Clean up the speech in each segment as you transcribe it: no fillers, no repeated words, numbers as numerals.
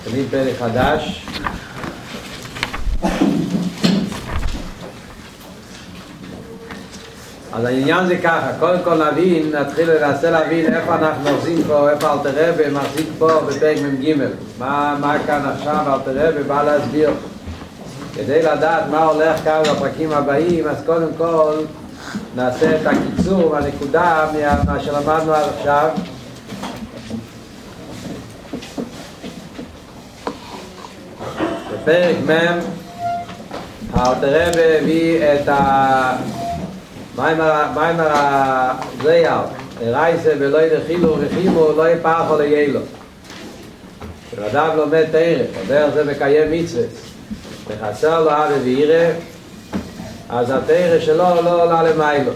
מתחילים פרק חדש. אז העניין זה ככה, קודם כל ננסה להבין איפה אנחנו עושים פה, איפה אלתר רבי מחזיק פה בפרק מ"ג. מה כאן עכשיו אלתר רבי בא להסביר. כדי לדעת מה הולך כאן בפרקים הבאים, אז קודם כל נעשה את הקיצור והנקודה מה שלמדנו עד עכשיו. בפרק מ' אלתר רבי הביא את מיימר הזייל, רייסה ולא ידחילו רחימו לא יפחו ליילו. כשאדם לומד תורה, הדרך זה מקיים מצוות, וחסר לו אבא וירא, אז התורה שלו לא עולה למיילו.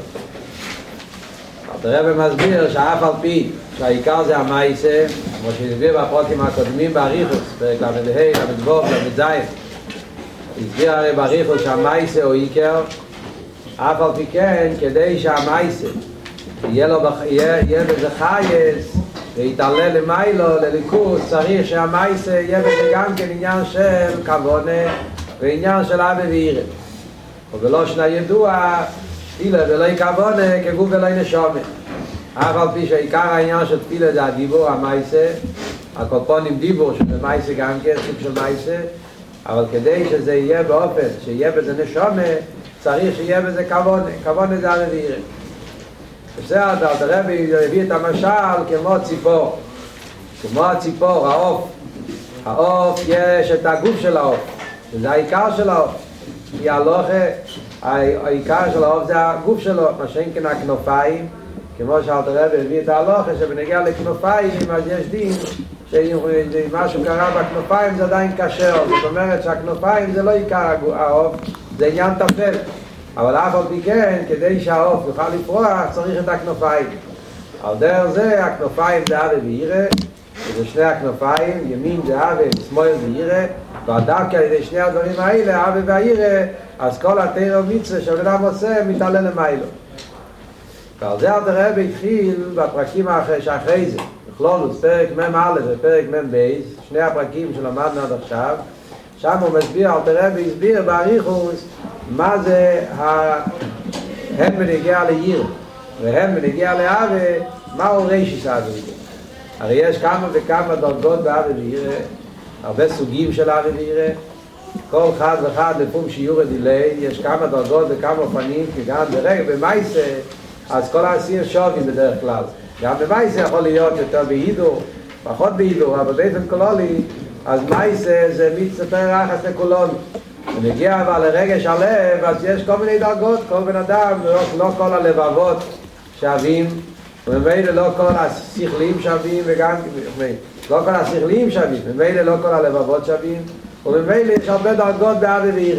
אלתר רבי מסביר שאף על פי שהעיקר זה המעשה, כמו שהסביר בפרקים הקודמים באריכות, פרק ל"ה, ל"ו, ל"ז, הסביר הרי באריכות שהמעשה הוא עיקר. אף על פי כן, כדי שהמעשה יהיה בזה חייס ויתעלה למיילו, לליכוז, צריך שהמעשה יהיה בזה גם כן עניין של כוונה ועניין של אבא וירא. ובלושן הידוע, תפילה ולא כוונה כגוף ולא נשמה. אף על פי שעיקר העניין של תפילה זה הדיבור, המעשה, הקופונים דיבור שזה מעשה גם כן, סוג של מעשה, אבל כדי שזה יהיה באופן, שיהיה בזה נשמה, צריך שיהיה בזה כוונה, כוונה זה אבא וירא. בסדר, אלתר רבי הביא את המשל כמו ציפור. כמו הציפור, העוף יש את הגוף של העוף, שזה העיקר של העוף. כי העיקר של העוף זה הגוף שלו, מה שאין כן הכנופיים, כמו שאלתר רבי הביא את ההלוכה, שבנגיע לכנופיים, אז יש דין שאם משהו קרה בכנופיים זה עדיין קשר. זאת אומרת שהכנופיים זה לא עיקר העוף, זה עניין טפל. אבל אף על פי כן, כדי שהעוף יוכל לפרוח, צריך את הכנופיים. על דרך זה, הכנופיים זה אבא וירא, וזה שני הכנופיים, ימין זה אבא, שמאל זה ירא, ודווקא על ידי שני הדברים האלה, אבא והירא, אז כל התורה ומצווה שהאדם עושה, מתעלה למיילו. ועל זה אלתר רבי התחיל בפרקים שאחרי זה, בכלולוס, פרק מ"א ופרק מ"ב, שני הפרקים שלמדנו עד עכשיו, שם הוא מסביר, אלתר רבי הסביר באריכות, מה זה הם בנגיע לירא והם בנגיע לאבא, מהו רישיס אבא וירא. הרי יש כמה וכמה דרגות באבא וירא, הרבה סוגים של אבא וירא, כל אחד ואחד לפום שיעור דילי, יש כמה דרגות וכמה אופנים, כי גם במעשה, אז כל העשייה שווים בדרך כלל. גם במעשה יכול להיות יותר בהידור, פחות בהידור, אבל באופן כללי, אז מעשה זה מצטער רחס לכולנו. ונגיע אבל לרגש הלב, אז יש כל מיני דרגות, כל בן אדם, לא כל הלבבות שווים, וממילא לא כל השכלים שווים, וגם, לא כל השכלים שווים, וממילא לא כל הלבבות שווים, וממילא יש הרבה דרגות באבא וירא.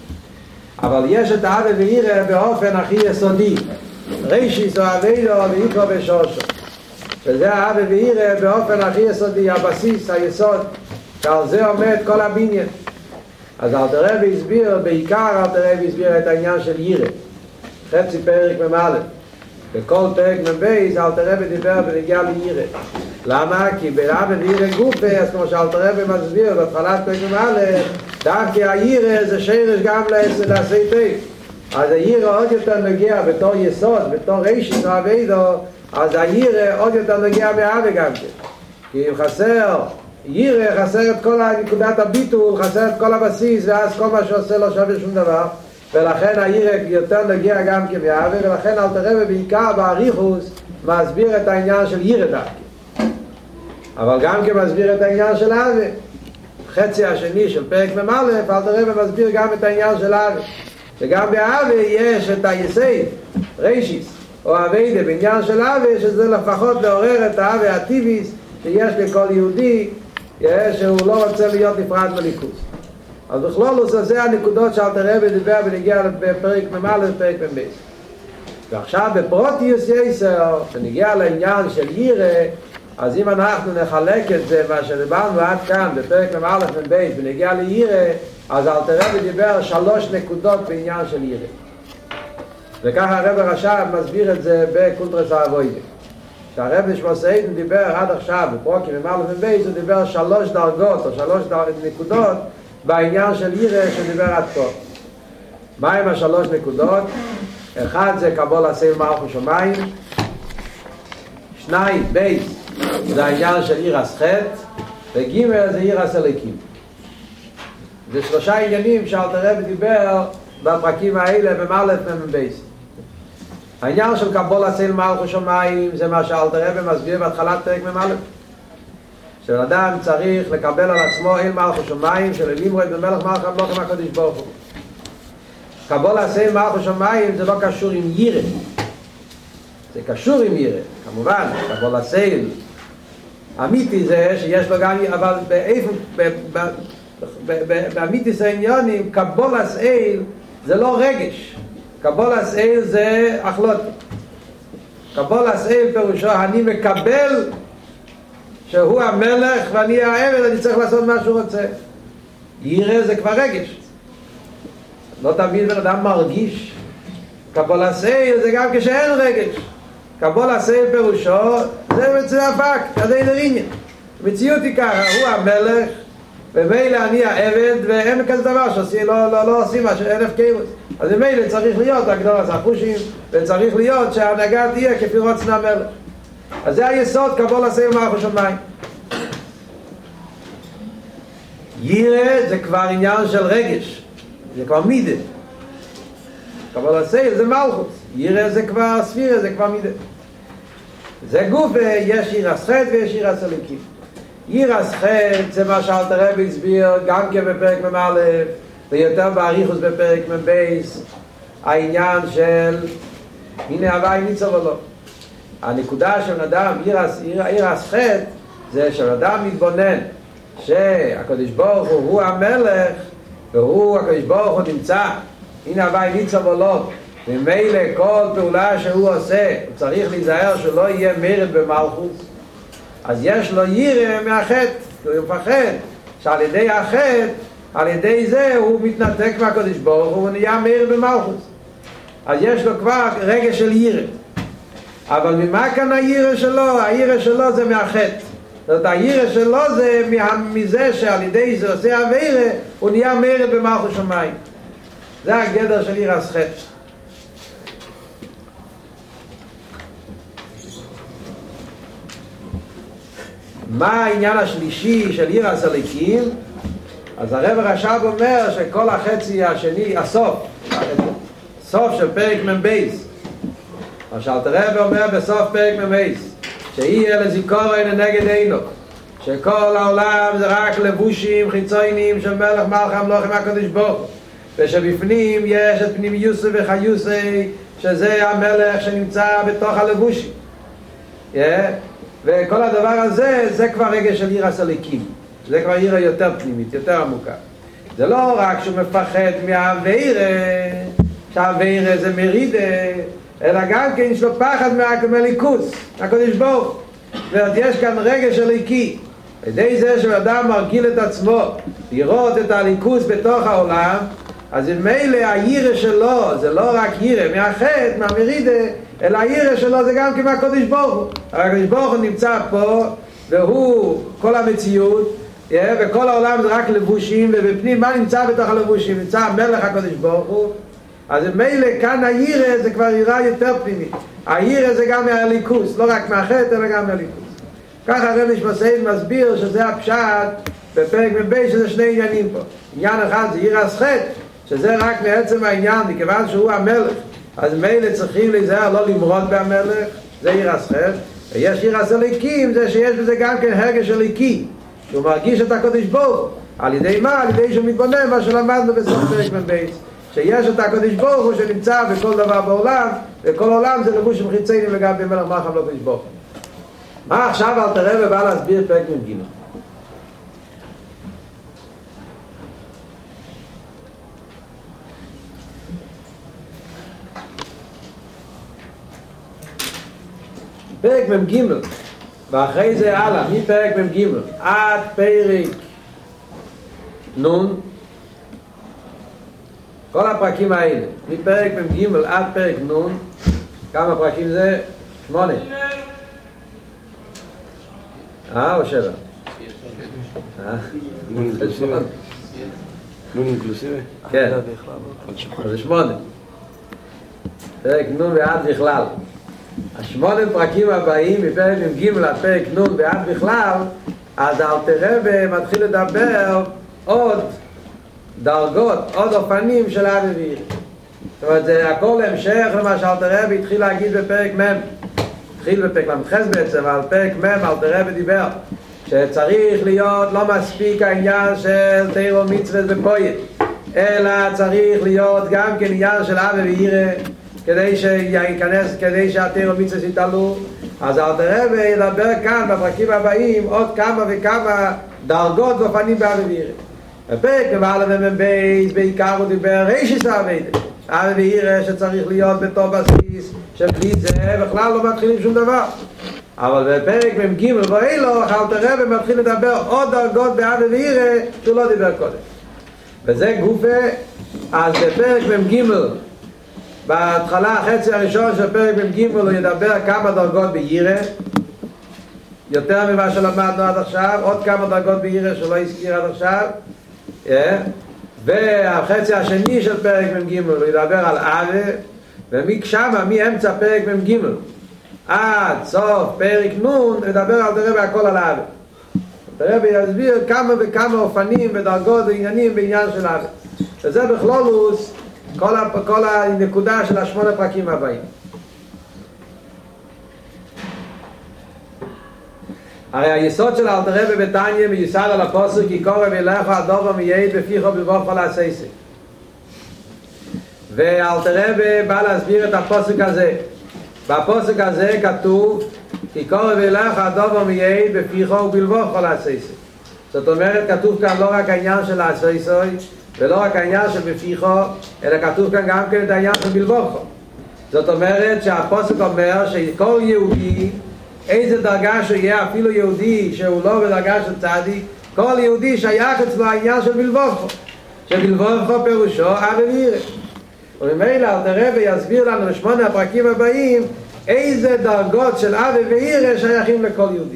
אבל יש את האבא וירא באופן הכי יסודי, רישיס או אביידו ואיקרו ושושו, שזה האבא וירא באופן הכי יסודי, הבסיס, היסוד, שעל זה עומד כל הבניין. אז אלתר רבי הסביר, בעיקר אלתר רבי הסביר את העניין של ירא, חצי פרק מ"א. בכל פרק מ"ב אלתר רבי דיבר בנגיע לירא. למה? כי באבא וירא גופה, אז כמו שאלתר רבי מסביר בהתחלת פרק מ"א, דווקא הירא זה שרש גם לעשי טוב. אז הירא עוד יותר נגיע בתור יסוד, בתור רישיס או אביידו, אז הירא עוד יותר נגיע מאבא גם כן. כי אם חסר ירא, חסר את כל נקודת הביטול, חסר את כל הבסיס, ואז כל מה שעושה לא שווה שום דבר, ולכן הירא יותר נגיע גם כמאבא, ולכן אלתר רבי בעיקר באריכות מסביר את העניין של ירא דווקא, אבל גם מסביר את העניין של אבא. חצי השני של פרק מ"א, אלתר רבי מסביר גם את העניין של אבא, וגם באבא יש את היסוד, רישיס או אביידה בעניין של אבא, שזה לפחות לעורר את האבא הטבעי שיש לכל יהודי, שהוא לא רוצה להיות נפרד מליכוז. אז בכלולוס הזה הנקודות שאלתר רבי דיבר ונגיע בפרק מ"א ופרק מ"ב. ועכשיו בפרוטיוס יסר, שנגיע לעניין של ירא, אז אם אנחנו נחלק את זה, מה שדיברנו עד כאן בפרק מ"א מ"ב ונגיע לירא, אז אלתר רבי דיבר 3 נקודות בעניין של ירא. וככה הרב רש"ב מסביר את זה בקונטרס האבוידה. שהרב נשמוס איידן דיבר עד עכשיו בפרוקים ממעלה ומבייס, הוא דיבר 3 דרגות או 3 נקודות בעניין של ירא שדיבר עד כה. מהם 3 נקודות? 1 זה קבול עשה מלכות שמיים, 2 בייס זה העניין של יראת חטא, וג' זה יראת אלוקים. זה 3 עניינים שאלתר רבי דיבר בפרקים האלה במעלה ומבייס. העניין של קבול עשה מלכות שמיים זה מה שאלתר רבי מסביר בהתחלת פרק ממלא, שאדם צריך לקבל על עצמו אל מלכות שמיים של אלימרו את במלך מלך המלוכים הקדוש ברוך הוא. קבול עשה מלכות שמיים זה לא קשור עם ירא, זה קשור עם ירא כמובן. קבול עשה אמיתי זה שיש לו גם, אבל באמיתי זה עניונים. קבול עשה זה לא רגש, קבול עשה זה החלטה. קבול עשה פירושו אני מקבל שהוא המלך ואני העבד, אני צריך לעשות מה שהוא רוצה. ירא זה כבר רגש, לא תמיד בן אדם מרגיש. קבול עשה זה גם כשאין רגש. קבול עשה פירושו זה הפקט, זה עניין. המציאות היא ככה, הוא המלך ומילא אני העבד, ואין כזה דבר שעושים, לא עושים מה שאין הפקרות. אז במילא צריך להיות הגדולת החושים, וצריך להיות שההנהגה תהיה כפי רוצן המלך. אז זה היסוד קבול עשה מלכות שמיים. ירא זה כבר עניין של רגש, זה כבר מידה. קבול עשה זה מלכות, ירא זה כבר ספירה, זה כבר מידה. זה גוף, יש יראת חטא ויש יראת אלוקים. יראת חטא זה מה שאלתר רבי הסביר גם כן בפרק ממלא, ויותר באריכות בפרק מבייס, העניין של הנה הווי ניצוב או לא. הנקודה של אדם, יראת חטא, זה שאדם מתבונן שהקדוש ברוך הוא המלך, והוא הקדוש ברוך הוא נמצא, הנה הווי ניצוב או לא, ומילא כל פעולה שהוא עושה הוא צריך להיזהר שלא יהיה מרד במלכות. אז יש לו ירא מהחטא, הוא מפחד שעל ידי החטא, על ידי זה הוא מתנתק מהקדוש ברוך הוא ונהיה מרד במלכות. אז יש לו כבר רגש של ירא. אבל ממה כאן הירא שלו? הירא שלו זה מהחטא. זאת אומרת, הירא שלו זה מזה שעל ידי זה עושה עבירה, הוא נהיה מרד במלכות שמיים. זה הגדר של יראת חטא. מה העניין השלישי של יראת אלוקים? אז הרב רש"ב אומר שכל החצי השני, הסוף של פרק מבייס, מה שאלתר רבי אומר בסוף פרק מבייס, שיהיה לזיכרון לנגד עינו, שכל העולם זה רק לבושים חיצוניים של מלך מלך המלוכים הקדוש ברוך הוא, ושבפנים יש את פנימיוס וחיוס, שזה המלך שנמצא בתוך הלבושים. וכל הדבר הזה זה כבר רגש של יראת אלוקים, זה כבר יראה יותר פנימית, יותר עמוקה. זה לא רק שהוא מפחד מהעבירה, שהעבירה זה מרידה, אלא גם כן יש לו פחד מהליכוס, הקדוש ברוך הוא. זאת יש כאן רגש אלוקי, לידי זה שאדם מרגיל את עצמו לראות את הליכוס בתוך העולם, אז מילא הירא שלו זה לא רק ירא מהחטא, מהמרידה, אלא הירא שלו זה גם כמו הקדוש ברוך הוא. הקדוש ברוך הוא נמצא פה, והוא כל המציאות, וכל העולם זה רק לבושים, ובפנים מה נמצא בתוך הלבושים? נמצא המלך הקדוש ברוך הוא. אז מילא כאן הירא זה כבר יראה יותר פנימית. הירא זה גם מהליכוס, לא רק מהחטא אלא גם מהליכוס. ככה הרב נשמוס איידן מסביר שזה הפשט בפרק מבייס, שזה 2 עניינים פה. עניין אחד זה יראת חטא, שזה רק מעצם העניין, מכיוון שהוא המלך, אז מילא צריכים להיזהר לא למרוד בהמלך, זה יראת חטא. ויש יראת אלוקים, זה שיש בזה גם כן הרגש אלוקי, שהוא מרגיש את הקדוש ברוך הוא. על ידי מה? על ידי שהוא מתבונן, מה שלמדנו בסוף פרק מבייס, שיש את הקדוש ברוך הוא שנמצא בכל דבר בעולם, וכל עולם זה לבושים חיצוניים לגבי מלך מלך המלוכים הקדוש ברוך הוא. מה עכשיו אלתר רבי בא להסביר פרק מ"ג? פרק מ"ג, ואחרי זה הלאה, מפרק מ"ג עד פרק נון, כל הפרקים האלה, מפרק מ"ג עד פרק נון, כמה פרקים זה? 8. או 7? נון אינקלוסיבי? כן, אז זה 8. פרק נון ועד בכלל. 8 פרקים הבאים מפרק מ"ג עד פרק נון ועד בכלל, אז אלתר רבי מתחיל לדבר עוד דרגות, עוד אופנים של אבי ואירי. זאת אומרת, זה הכל המשך למה שאלתר רבי התחיל להגיד בפרק מ'. התחיל בפרק למ"ח בעצם, אבל פרק מ' אלתר רבי דיבר שצריך להיות לא מספיק העניין של תורה ומצוות ופועל, אלא צריך להיות גם כן עניין של אבי ואירי, כדי שייכנס, כדי שהתורה ומצוות יתעלו. אז אלתר רבי ידבר כאן בפרקים הבאים עוד כמה וכמה דרגות ואופנים באבי ואירי. בפרק מ"א ומ"ב בעיקר הוא דיבר רישיס האביידה, אבי ואירי שצריך להיות בתור בסיס, שבלי זה בכלל לא מתחילים שום דבר. אבל בפרק מ"ג ואילך אלתר רבי מתחיל לדבר עוד דרגות באבי ואירי שהוא לא דיבר קודם. וזה גופה. אז בפרק מ"ג, בהתחלה החצי הראשון של פרק מ"ג, הוא ידבר כמה דרגות בירא, יותר ממה שלמדנו עד עכשיו, עוד כמה דרגות בירא שלא הזכיר עד עכשיו. והחצי השני של פרק מ"ג הוא ידבר על אבי, ומשם, מאמצע פרק מ"ג עד סוף פרק נון, ידבר אלתר רבי הכל על אבי. אלתר רבי יסביר כמה וכמה אופנים ודרגות ועניינים בעניין של אבי. וזה בכלולוס כל הנקודה של 8 פרקים הבאים. הרי היסוד של אלתר רבי בתניא מיוסד על הפסוק כי קורא אליך הדבר מייעד בפיך ובלבבך לעשייך. ואלתר רבי בא להסביר את הפסוק הזה. בפסוק הזה כתוב כי קורא אליך הדבר מייעד בפיך ובלבבך לעשייך. זאת אומרת, כתוב כאן לא רק העניין של לעשייך ולא רק העניין של בפיך, אלא כתוב כאן גם כן את העניין של בלבבך. זאת אומרת שהפסוק אומר שכל יהודי, איזה דרגה שיהיה, אפילו יהודי שהוא לא בדרגה של צדיק, כל יהודי שייך אצלו העניין של בלבבך, שבלבבך פירושו אבי ואירי. וממילא אלתר רבי יסביר לנו ב8 הפרקים הבאים איזה דרגות של אבי ואירי שייכים לכל יהודי.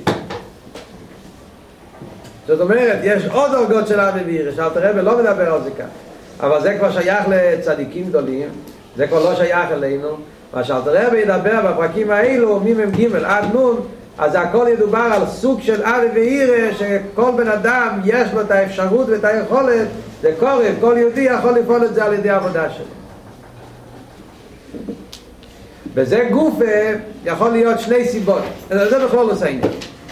זאת אומרת, יש עוד דרגות של אבי ואירי שאלתר רבי לא מדבר על זה כאן, אבל זה כבר שייך לצדיקים גדולים, זה כבר לא שייך אלינו. מה שאלתר רבי ידבר בפרקים האלו ממ"ג עד נון, אז הכל ידובר על סוג של אבי ואירי שכל בן אדם יש לו את האפשרות ואת היכולת, זה קורב, כל יהודי יכול לפעול את זה על ידי העבודה שלו. וזה גופה יכול להיות 2 סיבות, זה בכלל לא העניין.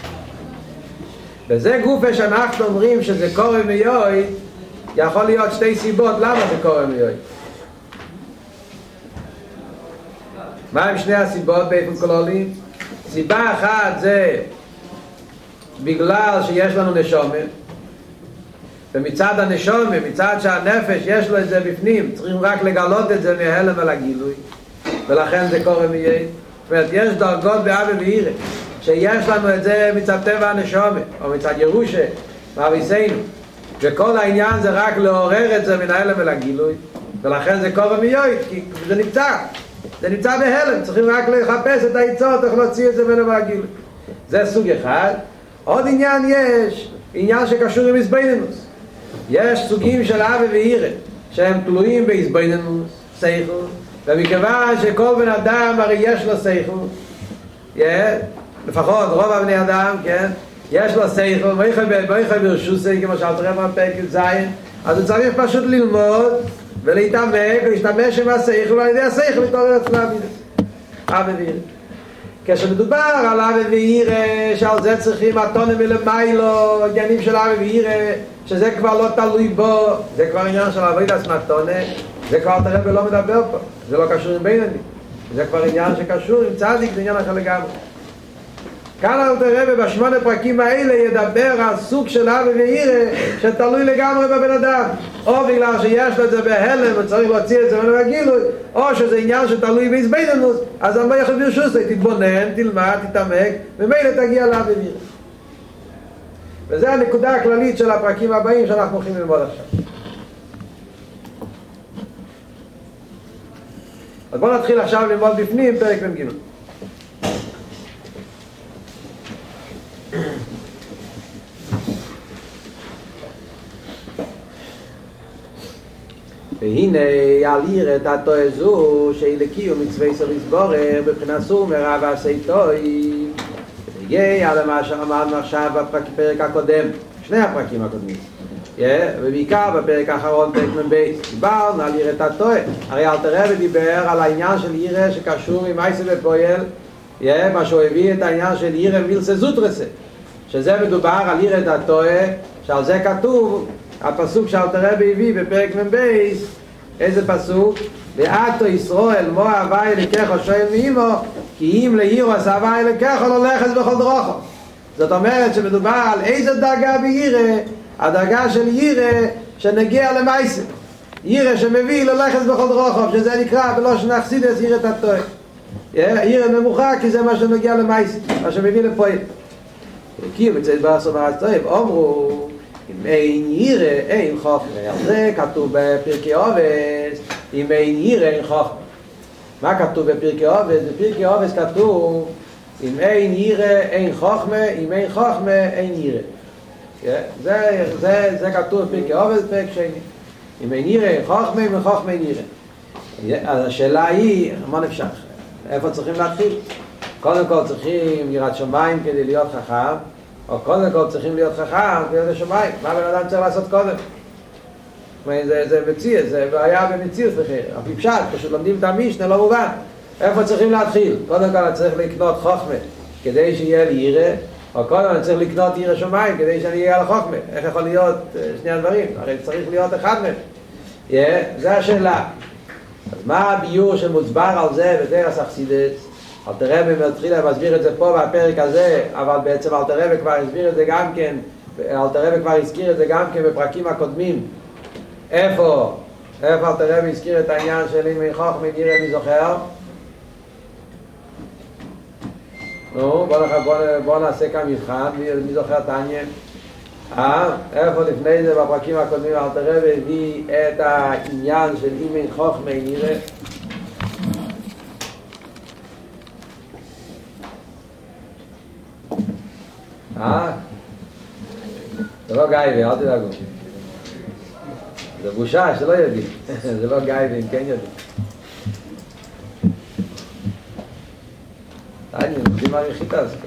וזה גופה שאנחנו אומרים שזה קורב מיועד, יכול להיות 2 סיבות למה זה קורב מיועד. מה הם 2 הסיבות באופן כללי? סיבה אחת זה בגלל שיש לנו נשומה, ומצד הנשומה, מצד שהנפש יש לו את זה בפנים, צריכים רק לגלות את זה מההלם על הגילוי, ולכן זה קורא מייד. זאת אומרת, יש דרגות באבי ואירי שיש לנו את זה מצד טבע הנשומה, או מצד ירושה, מאביסנו, וכל העניין זה רק לעורר את זה מן ההלם על הגילוי, ולכן זה קורא מייד, כי זה נמצא בהלם, צריכים רק לחפש את היצור, איך להוציא את זה מן המעגילוי. זה סוג אחד. עוד עניין יש, עניין שקשור עם הסביננוס. יש סוגים של אבי ואירי שהם תלויים בהסביננוס, שכל, ומכיוון שכל בן אדם הרי יש לו שכל, לפחות רוב הבני אדם, כן, יש לו שכל, ואיכה ברשוסי, כמו שאלתר רבי בפרק י"ז, אז הוא צריך פשוט ללמוד ולהתעמק ולהשתמש עם השכל, ועל ידי השכל להתעורר את אבי ואירי. כשמדובר על אבי ואירי, שעל זה צריכים התונה מלמיילו, עניינים של אבי ואירי, שזה כבר לא תלוי בו, זה כבר עניין של עבודת מתונה, זה כבר אלתר רבי לא מדבר פה, זה לא קשור עם בינונים, זה כבר עניין שקשור עם צדיק, זה עניין אחר לגמרי. כאן אלתר רבי ב8 פרקים האלה ידבר על סוג של אבי ואירי שתלוי לגמרי בבן אדם, או בגלל שיש לו את זה בהלם וצריך להוציא את זה מן הגילוי, או שזה עניין שתלוי בהסביננוס, אז אני לא יכול ברשוסי, תתבונן, תלמד, תתעמק, ומילא תגיע לאבי ואירי. וזה הנקודה הכללית של הפרקים הבאים שאנחנו הולכים ללמוד עכשיו. אז בואו נתחיל עכשיו ללמוד בפנים פרק מ"ג. והנה על יראת התועה זו שאילקיו מצווי סוריסבורר בבחינה סומרה ועשי טוי הגיע למה שאמרנו עכשיו בפרק הקודם, שני הפרקים הקודמים, ובעיקר בפרק האחרון פרק מבית דיברנו על יראת התועה. הרי אלתר רבי דיבר על העניין של ירא שקשור עם מעשה בפועל, מה שהוא הביא את העניין של ירא מילסה זוטרסה, שזה מדובר על יראת התועה, שעל זה כתוב הפסוק שאלתר רבי הביא בפרק מבייס. איזה פסוק? ואתו ישראל מו הווי אלוקיך שואל מאמו כי אם לירא הווי אלוקיך לא לכס בכל דרכו. זאת אומרת שמדובר על איזה דרגה בירא, הדרגה של ירא שנגיע למעשה, ירא שמביא ללכת בכל דרכו, שזה נקרא בלושן חסידות יראת התועה. ירא נמוכה כי זה מה שנגיע למעשה, מה שמביא לפועל. כי בצד בעשו מהסטויב אמרו אם אין ירא אין חוכמה. על זה כתוב בפרקי אובס, אם אין ירא אין חוכמה. מה כתוב בפרקי אובס? בפרקי אובס כתוב אם אין ירא אין חוכמה, אם אין חוכמה אין ירא. זה כתוב בפרקי אובס פרק שני. אם אין ירא אין חוכמה, אם אין חוכמה אין ירא. אז השאלה היא, מה נפשך? איפה צריכים להתחיל? קודם כל צריכים יראת שמיים כדי להיות חכם, או קודם כל צריכים להיות חכם כדי להיות שמיים. מה בן אדם צריך לעשות קודם? זה מציאות, זה בעיה במציאות לכם. הפשט, פשוט לומדים את המשנה, לא מובן. איפה צריכים להתחיל? קודם כל אני צריך לקנות חוכמה כדי שיהיה לי ירא, או קודם אני צריך לקנות ירא שמיים כדי שאני אהיה על החוכמה. איך יכול להיות שני הדברים? הרי צריך להיות אחד מהם. זה השאלה. אז מה הביור שמוצבר על זה בדרך החסידות? אלתר רבי מתחיל להסביר את זה פה בפרק הזה, אבל בעצם אלתר רבי כבר הסביר את זה גם כן, אלתר רבי כבר הזכיר את זה גם כן בפרקים הקודמים. איפה אלתר רבי הזכיר את העניין של אם אין חוכמה ירא מי זוכר? נו, בוא נעשה כאן מבחן, מי זוכר תניא? איפה לפני זה בפרקים הקודמים אלתר רבי הביא את העניין של אם אין חוכמה ירא? זה לא גייבי, אל תדאגו. זה בושה שלא יודעים. זה לא גייבי, כן יודעים. אני יודעים מה רחיתה זה.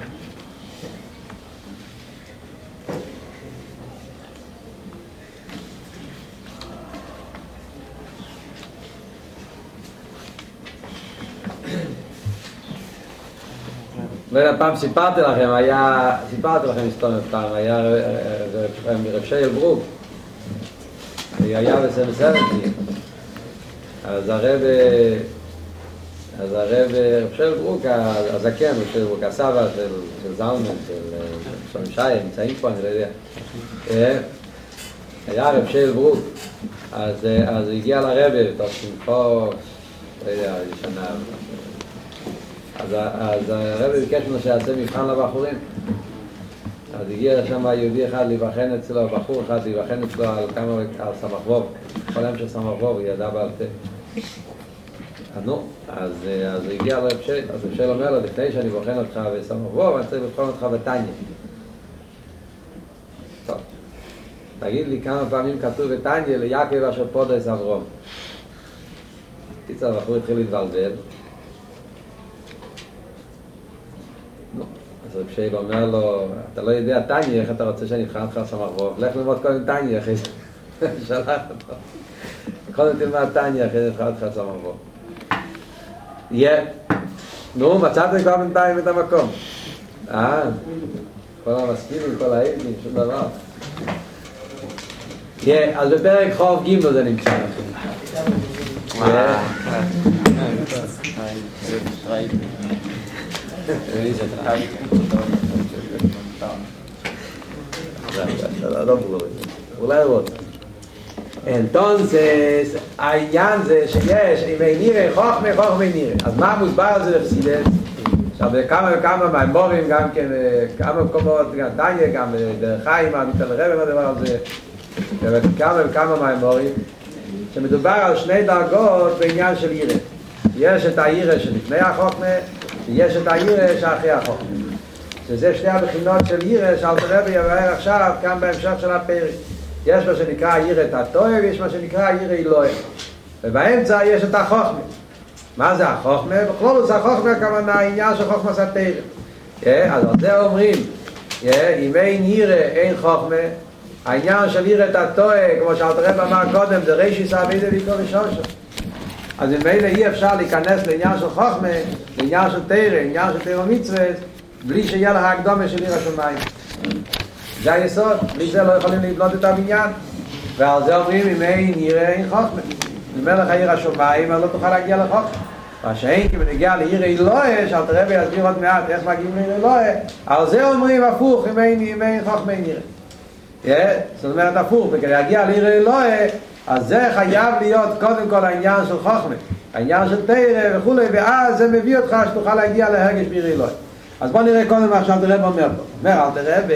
פעם סיפרתי לכם היסטוריה פעם, היה רב שייל ברוק, היה בסמסלתי, אז הרב רב שייל ברוק, הזקן, רב שייל ברוק, הסבא של זלמן, של שי, נמצאים פה, אני לא יודע, היה רב שייל ברוק, אז הוא הגיע לרב, תוך שמחו, לא יודע, שנה, אז הרב ביקש ממנו שיעשה מבחן לבחורים. אז הגיע שם יהודי אחד להיבחן אצלו, בחור אחד להיבחן אצלו על סמ"ך. כל היום של סמ"ך, הוא ידע בעל פה. אז הוא הגיע לרב שייל, אז רב שייל אומר לו, לפני שאני בוחן אותך בסמ"ך, אני צריך לבחון אותך בתניא. טוב, תגיד לי כמה פעמים כתוב בתניא ליעקב אשר פודס אברום. קיצר, הבחור התחיל להתבלבל. אז רב שייל אומר לו, אתה לא יודע תניא, איך אתה רוצה שאני אבחן אותך סמ"ך? לך ללמוד קודם תניא, אחרי זה שלח אותו. קודם תלמד תניא, אחרי זה אבחן אותך סמ"ך. נו, מצאתם כבר בינתיים את המקום. כל המסכימים, כל העדים, שום דבר. אז בפרק חוב ג' זה נמצא. Entonces, העניין זה שיש, אם אין ירא חוכמה, חוכמה אין ירא. אז מה מוסבר על זה בחסידות? עכשיו, בכמה וכמה מהאמורים, גם כן, כמה מקומות, גם תניא, גם דרך חיים, עמיתל רבי מדבר על זה, וכמה וכמה מהאמורים, שמדובר על שני דרגות בעניין של ירא. יש את הירא שלפני החוכמה, ויש את הירא שאחרי החוכמה. שזה שתי הבחינות של ירא, שאלתר רבי יבאר עכשיו, כאן בהמשך של הפרק. יש מה שנקרא יראת התורה ויש מה שנקרא ירא אלוהים. ובאמצע יש את החוכמה. מה זה החוכמה? בכלולוס החוכמה הכוונה העניין של חוכמה סתירה. אז על זה אומרים, אם אין ירא אין חוכמה. העניין של יראת התורה, כמו שאלתר רב אמר קודם, זה רישיס אביידה ויקרא ושושו. אז ממילא אי אפשר להיכנס לעניין של חוכמה, לעניין של תורה, לעניין של תורה ומצוות, בלי שיהיה לך הקדומה של עיר השמיים. זה היסוד, בלי זה לא יכולים לבנות את הבניין. ועל זה אומרים, אם אין ירא אין חוכמה. אם אין לך עיר השמיים, אז לא תוכל להגיע לחוכמה. מה שאין כי בנגיע לעיר אלוהי, שאלתר רב יסביר עוד מעט איך מגיעים לעיר אלוהי, על זה אומרים הפוך, אם אין חוכמה אין ירא. זאת אומרת הפוך, וכדי להגיע לעיר אלוהי, אז זה חייב להיות קודם כל העניין של חוכמה, העניין של תורה וכו', ואז זה מביא אותך שתוכל להגיע להרגש בעיר אלוהי. אז בוא נראה קודם מה שאלתר רב אומר פה. אומר אלתר רב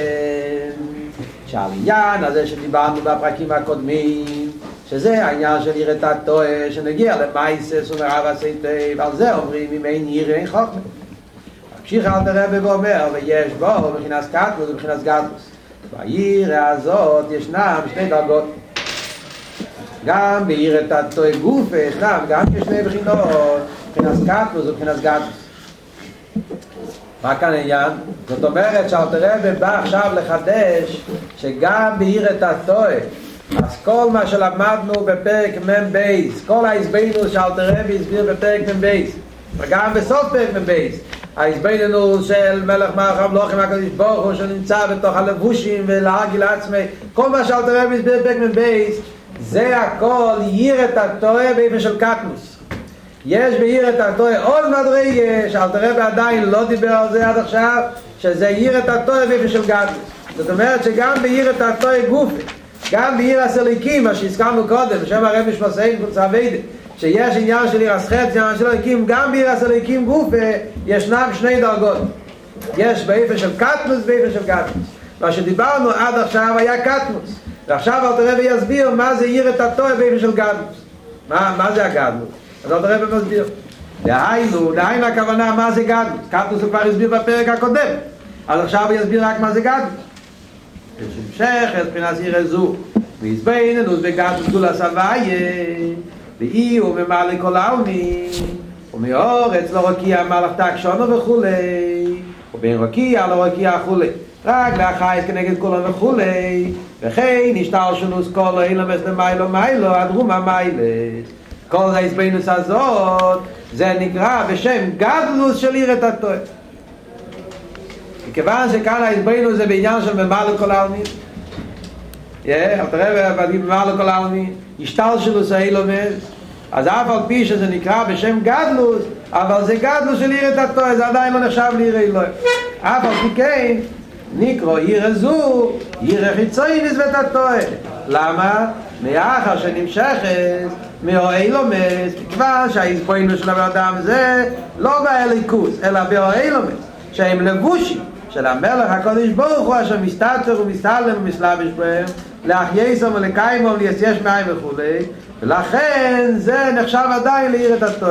שהעניין הזה שדיברנו בפרקים הקודמים, שזה העניין של יראת התורה, שנגיע למייסס ומרב עשיתי, ועל זה אומרים אם אין ירא אין חוכמה. ממשיך אלתר רב ואומר, ויש בו מבחינת קטנוס ובחינת גדלוס. ביראה הזאת ישנם שתי דרגות. גם ביראת התורה גופה ישנם גם כשני בחינות, מבחינת קטנוס ובחינת גדלוס. מה כאן העניין? זאת אומרת שאלתר רב בא עכשיו לחדש שגם ביראת התורה, אז כל מה שלמדנו בפרק מ"ב, כל ההסברנו שאלתר רב הסביר בפרק מ"ב, וגם בסוף פרק מ"ב, ההסברנו של מלך מלך המלוכים הקדוש ברוך הוא שנמצא בתוך הלבושים ולהרגיל עצמי, כל מה שאלתר רב הסביר בפרק מ"ב, זה הכל יראת התורה באופן של קטנוס. יש ביראת התורה עוד מדרגה שאלתר רב עדיין לא דיבר על זה עד עכשיו, שזה יראת התורה באופן של גדלוס. זאת אומרת שגם ביראת התורה גופה, גם ביראת הליקים, מה שהזכרנו קודם, בשם הרב משמעסיין קבוצה אביידה, שיש עניין של יראת חץ, עניין של הליקים, גם ביראת הליקים גופה ישנם שני דרגות. יש באופן של קטנוס ובאופן של גדלוס. מה שדיברנו עד עכשיו היה קטנוס, ועכשיו אלתר רב יסביר מה זה יראת התורה באופן של גדלוס. מה זה הגדלוס? אז אלתר רב מסביר. דהיינו הכוונה מה זה גדלוס. קטנוס הוא כבר הסביר בפרק הקודם, אז עכשיו הוא יסביר רק מה זה גדלוס. ושמשך את בחינת יראה זו והסביננוס בגדלוס גדולת הוויה, ואי הוא ממלא כל העלמין, ומאורץ לא רקיע מלאכת שונו וכולי, ובין רקיע לא רקיע וכולי, רק לאחייס כנגד כולם וכולי, וכן השתלשלוס כל אילמס למיילו מיילו עד רומה מיילס. כל ההסבינוס הזאת זה נקרא בשם גדלוס של יראת התורה. מכיוון שכאן ההסבינוס זה בעניין של ממלא כל העלמין, אלתר רב ממלא כל העלמין, השתלשלוס האילומס, אז אף על פי שזה נקרא בשם גדלוס, אבל זה גדלוס של יראת התורה, זה עדיין לא נחשב לירא אלוהים. אף על פי כן נקרא יראה זו יראה חיצונית בית התורה. למה? מאחר שנמשכת מהאילומס, מכיוון שההסבינוס של האדם זה לא באליקוס אלא באילומס, שהם לבושים של המלך הקדוש ברוך הוא אשר מסתתר ומסתלם ומסלבש בהם להחייסם ולקיימם ליש מים וכולי, ולכן זה נחשב עדיין ליראת התורה.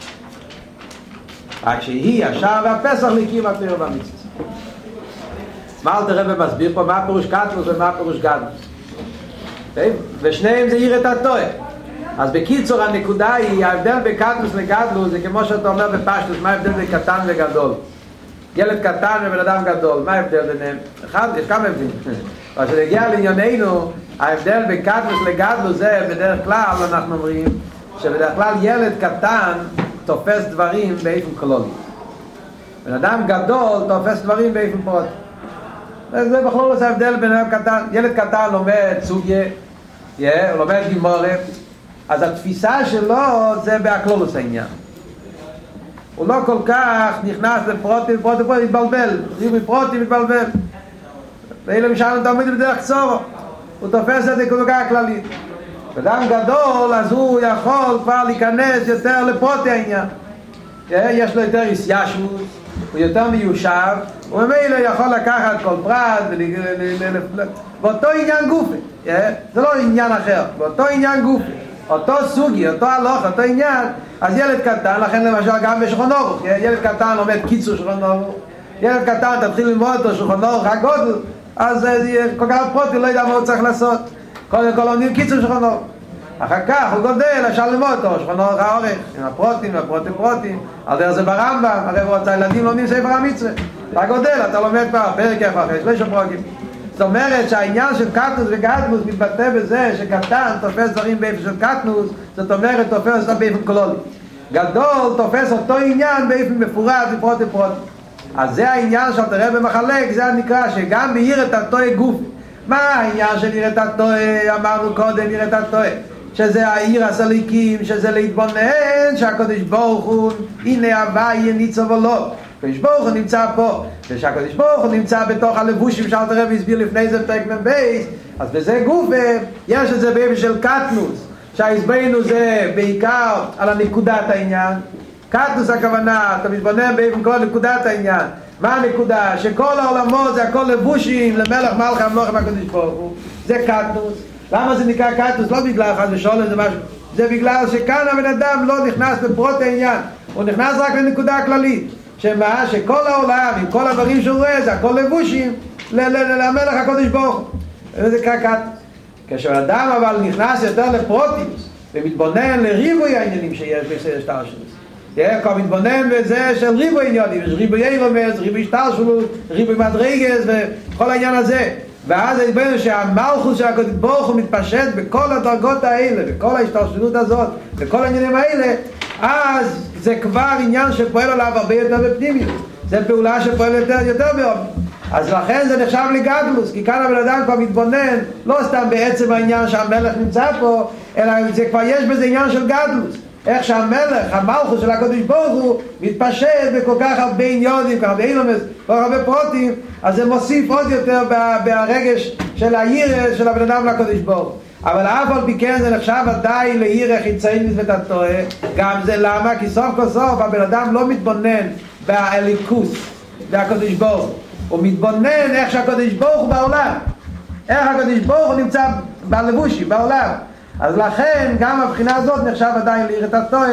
רק שהיא עכשיו והפסח לקים התורה במצוות. מה אלתר רב מסביר פה? מה פירוש קטנוס ומה פירוש גדלוס? ושניהם זה יראת התורה. אז בקיצור הנקודה היא, ההבדל בקטנוס לגדלוס זה כמו שאתה אומר בפשטוס, מה ההבדל בין קטן וגדול? ילד קטן ובן אדם גדול, מה ההבדל ביניהם? אחד, יש כמה הבדלים. אבל כשנגיע לענייננו, ההבדל בין קטנוס לגדלוס זה בדרך כלל, אנחנו אומרים, שבדרך כלל ילד קטן תופס דברים באופן כללי. בן אדם גדול תופס דברים באופן פרוטי. זה בכלל לא זה ההבדל בין אדם קטן. ילד קטן לומד סוגיה, הוא לומד גימורה, אז התפיסה שלו זה בהכלולוס העניין. הוא לא כל כך נכנס לפרוטי, מתבלבל, מפרוטי מתבלבל. ואלה משלנו תלמיד בדרך קצורו, הוא תופס את זה כדוגה הכללית. אדם גדול, אז הוא יכול כבר להיכנס יותר לפרוטי העניין. יש לו יותר ישמוס, הוא יותר מיושב, וממילא יכול לקחת כל פרט באותו עניין גופי. זה לא עניין אחר, באותו עניין גופי, אותו סוגי, אותו הלוך, אותו עניין. אז ילד קטן, לכן למשל גם בשולחן ערוך, ילד קטן לומד קיצור שולחן ערוך, ילד קטן תתחיל ללמוד אותו שולחן ערוך הגודל, אז כל כך פרוטי לא יודע מה הוא צריך לעשות. קודם כל לומדים קיצור שכונו. אחר כך הוא גודל, אפשר ללמוד אותו, שכונו האורך, עם הפרוטים, פרוטים, על דרך זה ברמב"ם, הרי הוא רוצה ילדים לומדים ספר המצווה. אתה גודל, אתה לומד כבר, פרק איפה אחרי, שלושה פרקים. זאת אומרת שהעניין של קטנוס וגדלוס מתבטא בזה שקטן תופס דברים באיפה של קטנוס, זאת אומרת תופס אותם באיפה כלולי. גדול תופס אותו עניין באיפה מפורט ופרוטים. אז זה העניין שאתה רואה במחלק, זה הנקרא שגם ביראת התועה גוף. מה העניין של יראת התועה? אמרנו קודם יראת התועה שזה העיר הסליקים, שזה להתבונן שהקדוש ברוך הוא הנה הוואי ניצוב או לא, הקדוש ברוך הוא נמצא פה, ושהקדוש ברוך הוא נמצא בתוך הלבושים שאלת הרב הסביר לפני זה פרק מבייס. אז בזה גוף יש את זה באיפה של קטנוס, שההסברנו זה בעיקר על הנקודת העניין. קטנוס הכוונה, אתה מתבונן באיפה כל נקודת העניין. מה הנקודה? שכל העולמות זה הכל לבושים למלך מלך המלוך מהקדוש ברוך הוא, זה קטנוס. למה זה נקרא קטנוס? לא בגלל חס ושלום זה משהו, זה בגלל שכאן הבן אדם לא נכנס לפרוט העניין, הוא נכנס רק לנקודה הכללית, שמה? שכל העולם עם כל הדברים שהוא רואה זה הכל לבושים למלך הקדוש ברוך הוא, וזה נקרא קטנוס. כשאדם אבל נכנס יותר לפרוטים ומתבונן לריבוי העניינים שיש בשטר כבר מתבונן בזה של ריבוי עניינים, יש ריבוי רמז, ריבוי שטרשלות, ריבוי מדרגס וכל העניין הזה. ואז הסברנו שהמלכות של הקדוש ברוך הוא מתפשט בכל הדרגות האלה, בכל ההשתרשלות הזאת, בכל העניינים האלה, אז זה כבר עניין שפועל עליו הרבה יותר בפנימיות. זה פעולה שפועל יותר באופן. אז לכן זה נחשב לגדלוס, כי כאן הבן אדם כבר מתבונן, לא סתם בעצם העניין שהמלך נמצא פה, אלא זה כבר יש בזה עניין של גדלוס. איך שהמלך, המלכות של הקדוש ברוך הוא מתפשט בכל כך הרבה עניונים, כל כך הרבה אילומס, כל כך הרבה פרוטים, אז זה מוסיף עוד יותר ברגש של הירא של הבן אדם לקדוש ברוך הוא. אבל אף על פי כן זה נחשב עדיין לירא חיצונית ותתוה. גם זה למה? כי סוף כל סוף הבן אדם לא מתבונן באליקוס והקדוש ברוך הוא, הוא מתבונן איך שהקדוש ברוך הוא בעולם, איך הקדוש ברוך הוא נמצא בלבושי, בעולם. אז לכן גם הבחינה הזאת נחשב עדיין ליראת התועה,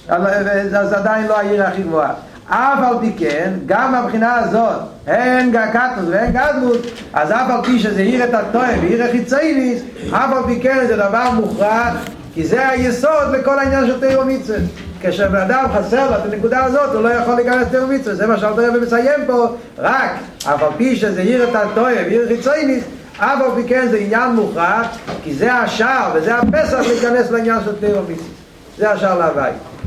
אז עדיין לא היראה הכי גבוהה. אף על פי כן, גם הבחינה הזאת, הן קטנוס והן גדלוס, אז אף על פי שזה יראת התועה ויראה חיצונית, אף על פי כן זה דבר מוכרח, כי זה היסוד לכל העניין של תורה ומצווה. כשאדם חסר לו את הנקודה הזאת, הוא לא יכול להיכנס לתורה ומצווה. זה מה שאלתר רבי מסיים פה, רק אף על פי שזה יראת התועה ויראה חיצונית, אף על פי כן זה עניין מוכרח, כי זה השער וזה הפסח להיכנס לעניין של תורה ומצווה. זה השער להווי.